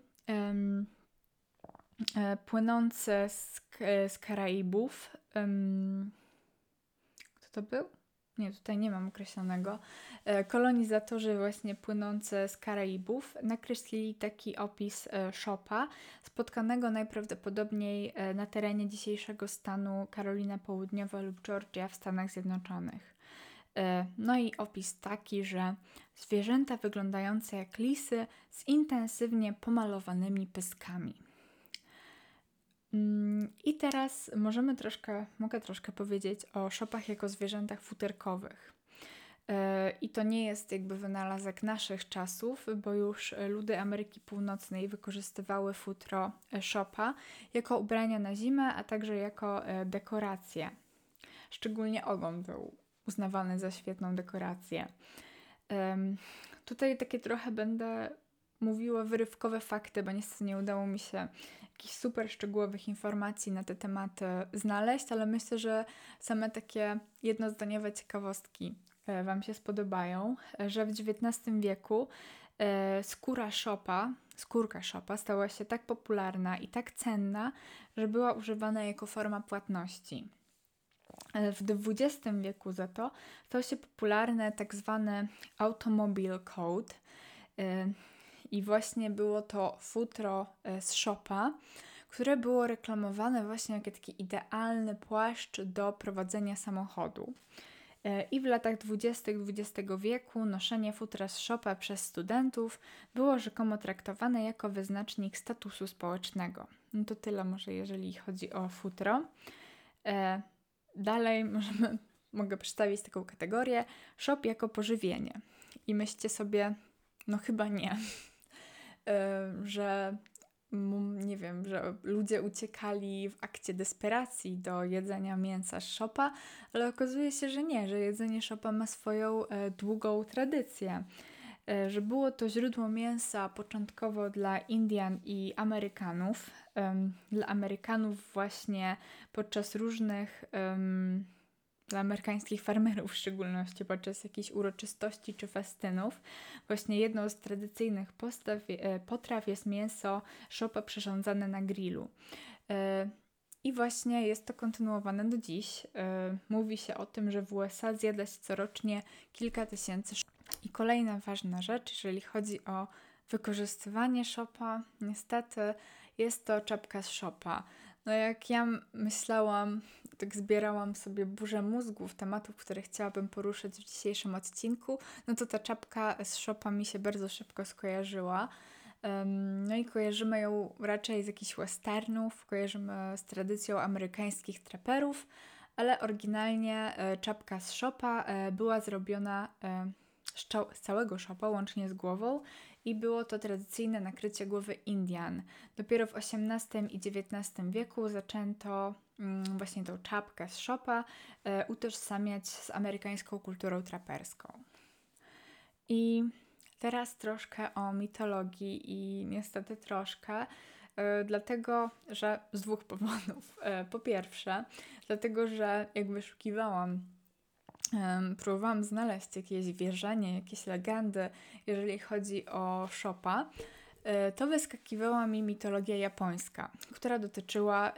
płynący z Karaibów. Kto to był? Nie, tutaj nie mam określonego. Kolonizatorzy właśnie płynący z Karaibów nakreślili taki opis szopa, spotkanego najprawdopodobniej na terenie dzisiejszego stanu Karolina Południowa lub Georgia w Stanach Zjednoczonych. No i opis taki, że zwierzęta wyglądające jak lisy z intensywnie pomalowanymi pyskami. I teraz mogę troszkę powiedzieć o szopach jako zwierzętach futerkowych. I to nie jest jakby wynalazek naszych czasów, bo już ludy Ameryki Północnej wykorzystywały futro szopa jako ubrania na zimę, a także jako dekoracje. Szczególnie ogon był uznawany za świetną dekorację. Tutaj takie trochę będę mówiła wyrywkowe fakty, bo niestety nie udało mi się jakichś super szczegółowych informacji na te tematy znaleźć, ale myślę, że same takie jednozdaniowe ciekawostki Wam się spodobają, że w XIX wieku skórka szopa stała się tak popularna i tak cenna, że była używana jako forma płatności. W XX wieku za to stał się popularny tak zwany Automobile Code i właśnie było to futro z szopa, które było reklamowane właśnie jako taki idealny płaszcz do prowadzenia samochodu. I w latach 20. XX wieku noszenie futra z szopa przez studentów było rzekomo traktowane jako wyznacznik statusu społecznego. No to tyle może, jeżeli chodzi o futro. Dalej mogę przedstawić taką kategorię shop jako pożywienie. I myślcie sobie, no chyba nie, że nie wiem, że ludzie uciekali w akcie desperacji do jedzenia mięsa z szopa, ale okazuje się, że nie, że jedzenie szopa ma swoją długą tradycję. Że było to źródło mięsa początkowo dla Indian i Amerykanów. Dla Amerykanów właśnie podczas różnych, dla amerykańskich farmerów w szczególności, podczas jakichś uroczystości czy festynów. Właśnie jedną z tradycyjnych potraw jest mięso szopa przyrządzane na grillu. I właśnie jest to kontynuowane do dziś. Mówi się o tym, że w USA zjada się corocznie kilka tysięcy szop. I kolejna ważna rzecz, jeżeli chodzi o wykorzystywanie szopa, niestety jest to czapka z szopa. No jak ja myślałam, tak zbierałam sobie burzę mózgów tematów, które chciałabym poruszyć w dzisiejszym odcinku, no to ta czapka z szopa mi się bardzo szybko skojarzyła. No i kojarzymy ją raczej z jakichś westernów, kojarzymy z tradycją amerykańskich traperów, ale oryginalnie czapka z szopa była zrobiona z całego szopa, łącznie z głową, i było to tradycyjne nakrycie głowy Indian. Dopiero w XVIII i XIX wieku zaczęto właśnie tą czapkę z szopa utożsamiać z amerykańską kulturą traperską. I teraz troszkę o mitologii i niestety troszkę, dlatego, że z dwóch powodów. Po pierwsze, dlatego, że jak wyszukiwałam, próbowałam znaleźć jakieś wierzenie, jakieś legendy, jeżeli chodzi o szopa, to wyskakiwała mi mitologia japońska, która dotyczyła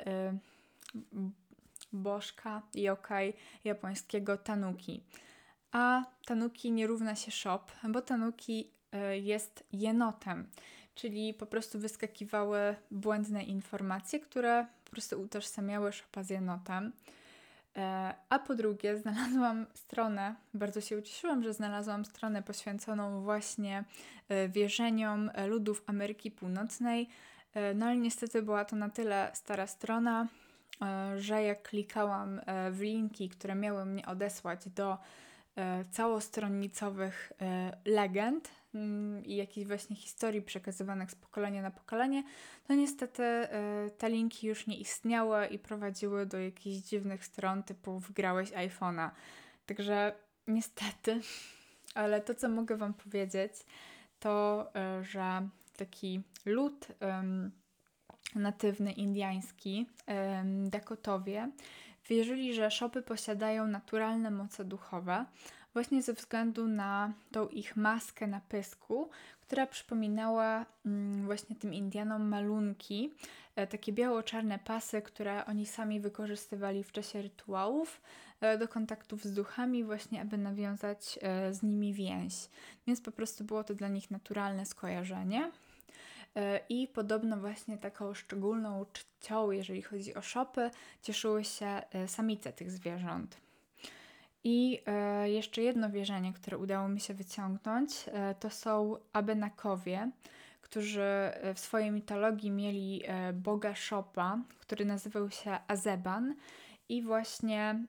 bożka, yokai japońskiego Tanuki. A Tanuki nie równa się shop, bo Tanuki jest jenotem, czyli po prostu wyskakiwały błędne informacje, które po prostu utożsamiały shopa z jenotem. A po drugie znalazłam stronę, bardzo się ucieszyłam, że znalazłam stronę poświęconą właśnie wierzeniom ludów Ameryki Północnej, no ale niestety była to na tyle stara strona, że jak klikałam w linki, które miały mnie odesłać do całostronnicowych legend i jakichś właśnie historii przekazywanych z pokolenia na pokolenie, to niestety te linki już nie istniały i prowadziły do jakichś dziwnych stron typu wgrałeś iPhone'a. Także niestety, ale to co mogę Wam powiedzieć, to że taki lud natywny indyjski, Dakotowie, wierzyli, że szopy posiadają naturalne moce duchowe, właśnie ze względu na tą ich maskę na pysku, która przypominała właśnie tym Indianom malunki, takie biało-czarne pasy, które oni sami wykorzystywali w czasie rytuałów do kontaktów z duchami, właśnie aby nawiązać z nimi więź. Więc po prostu było to dla nich naturalne skojarzenie. I podobno właśnie taką szczególną czcią, jeżeli chodzi o szopy, cieszyły się samice tych zwierząt. I jeszcze jedno wierzenie, które udało mi się wyciągnąć, to są Abenakowie, którzy w swojej mitologii mieli boga szopa, który nazywał się Azeban i właśnie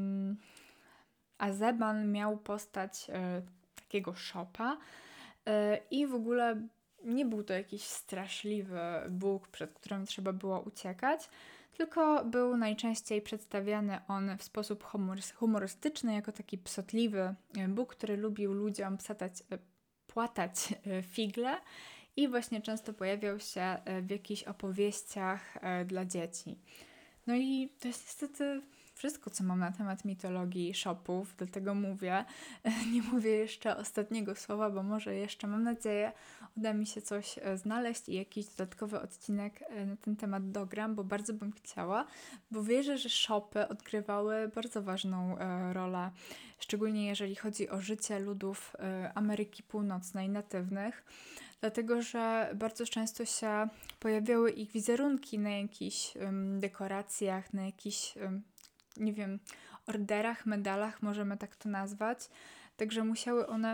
Azeban miał postać takiego szopa i w ogóle nie był to jakiś straszliwy Bóg, przed którym trzeba było uciekać, tylko był najczęściej przedstawiany on w sposób humorystyczny, jako taki psotliwy Bóg, który lubił ludziom płatać figle i właśnie często pojawiał się w jakichś opowieściach dla dzieci. No i to jest niestety wszystko, co mam na temat mitologii shopów, dlatego mówię, nie mówię jeszcze ostatniego słowa, bo może jeszcze, mam nadzieję, uda mi się coś znaleźć i jakiś dodatkowy odcinek na ten temat dogram, bo bardzo bym chciała, bo wierzę, że shopy odgrywały bardzo ważną rolę, szczególnie jeżeli chodzi o życie ludów Ameryki Północnej, natywnych, dlatego że bardzo często się pojawiały ich wizerunki na jakichś dekoracjach, na jakichś nie wiem, orderach, medalach, możemy tak to nazwać. Także musiały one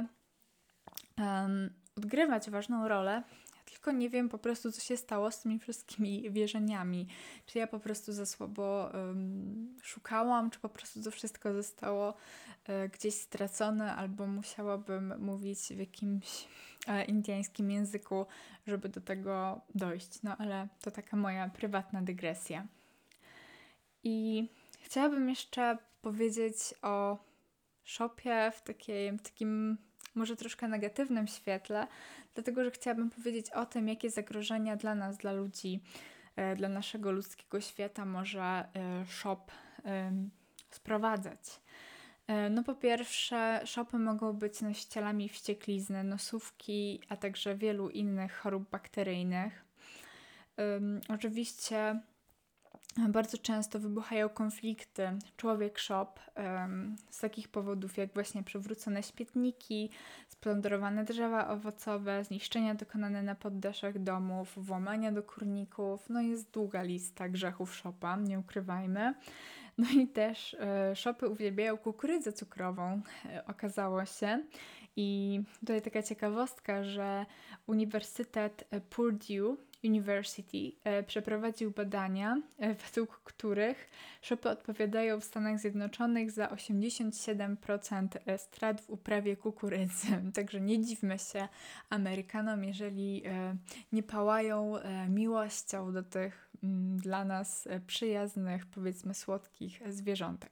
odgrywać ważną rolę. Tylko nie wiem po prostu, co się stało z tymi wszystkimi wierzeniami. Czy ja po prostu za słabo szukałam, czy po prostu to wszystko zostało gdzieś stracone, albo musiałabym mówić w jakimś indyjskim języku, żeby do tego dojść. No ale to taka moja prywatna dygresja. I chciałabym jeszcze powiedzieć o shopie w takim może troszkę negatywnym świetle, dlatego że chciałabym powiedzieć o tym, jakie zagrożenia dla nas, dla ludzi, dla naszego ludzkiego świata może shop sprowadzać. No po pierwsze, shopy mogą być nosicielami wścieklizny, nosówki, a także wielu innych chorób bakteryjnych. Oczywiście bardzo często wybuchają konflikty człowiek-shop z takich powodów jak właśnie przewrócone śmietniki, splądrowane drzewa owocowe, zniszczenia dokonane na poddaszach domów, włamania do kurników. No jest długa lista grzechów shopa, nie ukrywajmy. No i też shopy uwielbiają kukurydzę cukrową, okazało się. I tutaj taka ciekawostka, że Uniwersytet Purdue University przeprowadził badania, według których szopy odpowiadają w Stanach Zjednoczonych za 87% strat w uprawie kukurydzy. Także nie dziwmy się Amerykanom, jeżeli nie pałają miłością do tych dla nas przyjaznych, powiedzmy słodkich zwierzątek.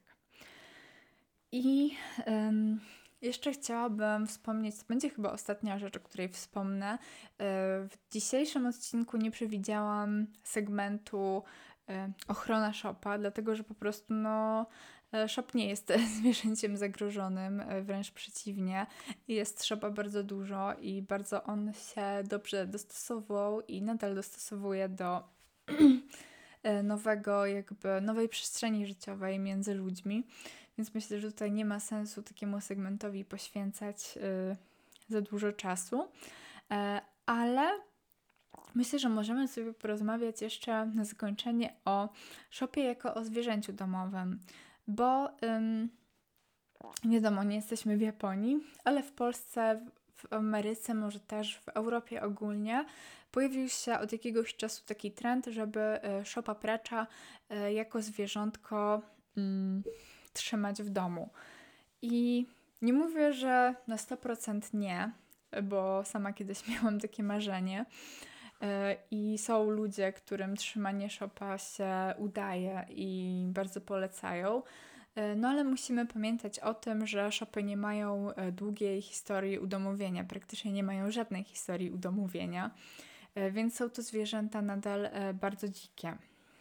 I jeszcze chciałabym wspomnieć, to będzie chyba ostatnia rzecz, o której wspomnę. W dzisiejszym odcinku nie przewidziałam segmentu ochrona szopa, dlatego że po prostu szop nie jest zwierzęciem zagrożonym, wręcz przeciwnie. Jest szopa bardzo dużo i bardzo on się dobrze dostosował i nadal dostosowuje do nowej przestrzeni życiowej między ludźmi. Więc myślę, że tutaj nie ma sensu takiemu segmentowi poświęcać za dużo czasu. Ale myślę, że możemy sobie porozmawiać jeszcze na zakończenie o szopie jako o zwierzęciu domowym. Bo wiadomo, nie jesteśmy w Japonii, ale w Polsce, w Ameryce, może też w Europie ogólnie pojawił się od jakiegoś czasu taki trend, żeby szopa precza jako zwierzątko trzymać w domu. I nie mówię, że na 100% nie, bo sama kiedyś miałam takie marzenie i są ludzie, którym trzymanie szopa się udaje i bardzo polecają. No ale musimy pamiętać o tym, że szopy nie mają długiej historii udomowienia, praktycznie nie mają żadnej historii udomowienia, więc są to zwierzęta nadal bardzo dzikie.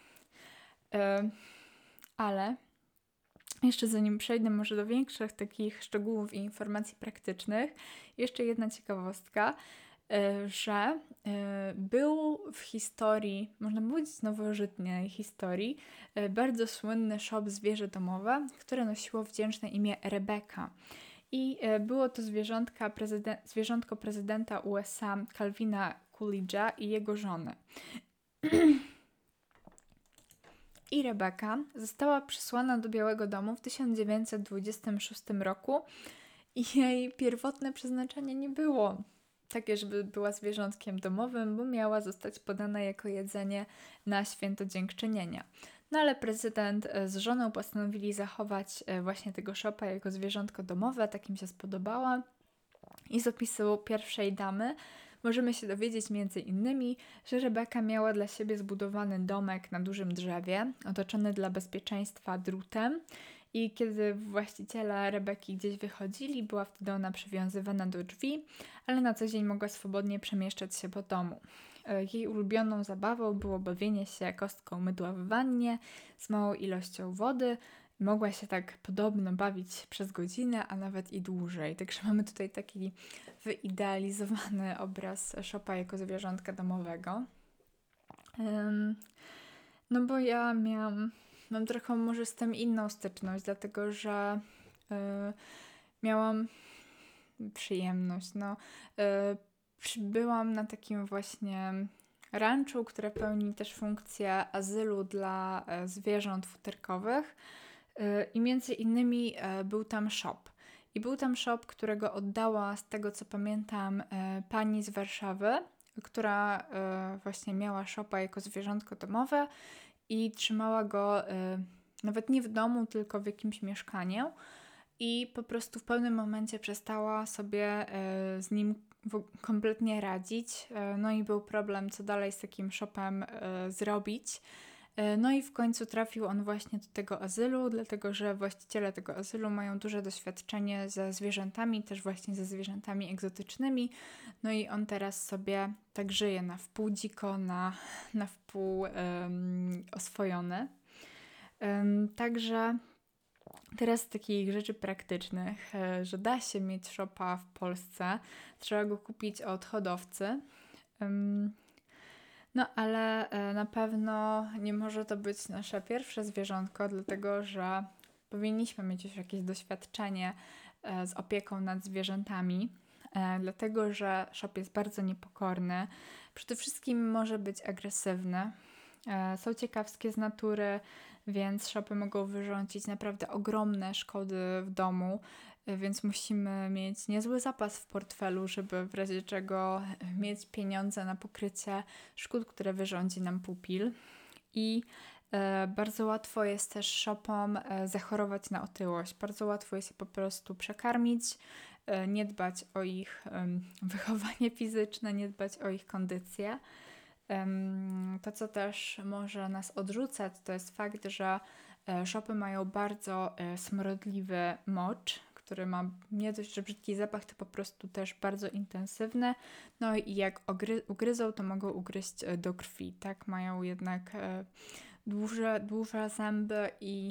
Ale jeszcze zanim przejdę może do większych takich szczegółów i informacji praktycznych, jeszcze jedna ciekawostka, że był w historii, można powiedzieć nowożytnej historii, bardzo słynny szop zwierzę domowe, które nosiło wdzięczne imię Rebeka. I było to zwierzątko prezydenta USA Calvina Coolidge'a i jego żony. I Rebeka została przysłana do Białego Domu w 1926 roku i jej pierwotne przeznaczenie nie było takie, żeby była zwierzątkiem domowym, bo miała zostać podana jako jedzenie na święto dziękczynienia. No ale prezydent z żoną postanowili zachować właśnie tego szopa jako zwierzątko domowe, tak im się spodobała. I z opisu pierwszej damy możemy się dowiedzieć między innymi, że Rebeka miała dla siebie zbudowany domek na dużym drzewie, otoczony dla bezpieczeństwa drutem i kiedy właściciele Rebeki gdzieś wychodzili, była wtedy ona przywiązywana do drzwi, ale na co dzień mogła swobodnie przemieszczać się po domu. Jej ulubioną zabawą było bawienie się kostką mydła w wannie z małą ilością wody. Mogła się tak podobno bawić przez godzinę, a nawet i dłużej. Także mamy tutaj taki wyidealizowany obraz szopa jako zwierzątka domowego. No bo ja mam trochę może z tym inną styczność, dlatego że miałam przyjemność. Byłam na takim właśnie ranczu, które pełni też funkcję azylu dla zwierząt futerkowych. I między innymi był tam shop. I był tam shop, którego oddała, z tego co pamiętam, pani z Warszawy, która właśnie miała shopa jako zwierzątko domowe i trzymała go nawet nie w domu, tylko w jakimś mieszkaniu. I po prostu w pewnym momencie przestała sobie z nim kompletnie radzić. No i był problem, co dalej z takim shopem zrobić. No i w końcu trafił on właśnie do tego azylu, dlatego że właściciele tego azylu mają duże doświadczenie ze zwierzętami, też właśnie ze zwierzętami egzotycznymi. No i on teraz sobie tak żyje na wpół dziko, na wpół oswojony. Także teraz z takich rzeczy praktycznych, że da się mieć szopa w Polsce, trzeba go kupić od hodowcy. No ale na pewno nie może to być nasze pierwsze zwierzątko, dlatego że powinniśmy mieć już jakieś doświadczenie z opieką nad zwierzętami, dlatego że szop jest bardzo niepokorny. Przede wszystkim może być agresywny. Są ciekawskie z natury, więc szopy mogą wyrządzić naprawdę ogromne szkody w domu. więc musimy mieć niezły zapas w portfelu, żeby w razie czego mieć pieniądze na pokrycie szkód, które wyrządzi nam pupil. I bardzo łatwo jest też shopom zachorować na otyłość. Bardzo łatwo jest je po prostu przekarmić, nie dbać o ich wychowanie fizyczne, nie dbać o ich kondycję. To, co też może nas odrzucać, to jest fakt, że shopy mają bardzo smrodliwy mocz, który ma nie dość, że brzydki zapach, to po prostu też bardzo intensywny. No i jak ugryzą, to mogą ugryźć do krwi, tak? Mają jednak duże zęby i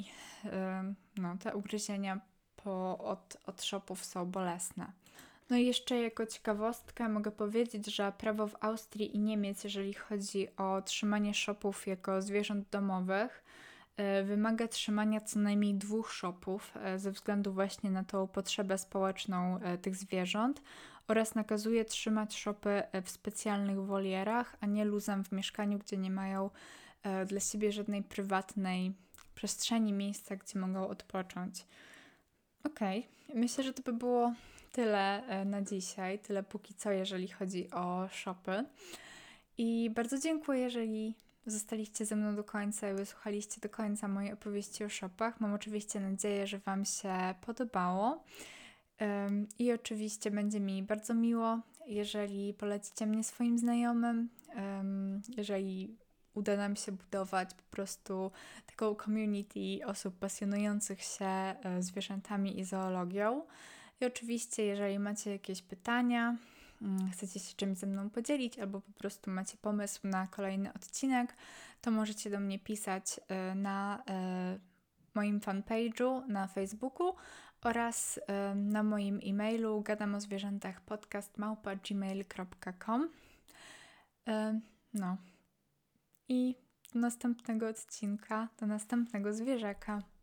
te ugryzienia od shopów są bolesne. No i jeszcze jako ciekawostkę mogę powiedzieć, że prawo w Austrii i Niemiec, jeżeli chodzi o trzymanie shopów jako zwierząt domowych, wymaga trzymania co najmniej 2 shopów ze względu właśnie na tą potrzebę społeczną tych zwierząt oraz nakazuje trzymać shopy w specjalnych wolierach, a nie luzem w mieszkaniu, gdzie nie mają dla siebie żadnej prywatnej przestrzeni, miejsca, gdzie mogą odpocząć. Okej, myślę, że to by było tyle na dzisiaj, tyle póki co, jeżeli chodzi o shopy. I bardzo dziękuję, jeżeli zostaliście ze mną do końca i wysłuchaliście do końca mojej opowieści o shopach. Mam oczywiście nadzieję, że Wam się podobało. I oczywiście będzie mi bardzo miło, jeżeli polecicie mnie swoim znajomym, jeżeli uda nam się budować po prostu taką community osób pasjonujących się zwierzętami i zoologią. I oczywiście, jeżeli macie jakieś pytania, chcecie się czymś ze mną podzielić, albo po prostu macie pomysł na kolejny odcinek, to możecie do mnie pisać na moim fanpage'u na Facebooku oraz na moim e-mailu gadamozwierzętachpodcast@gmail.com. No i do następnego odcinka, do następnego zwierzaka.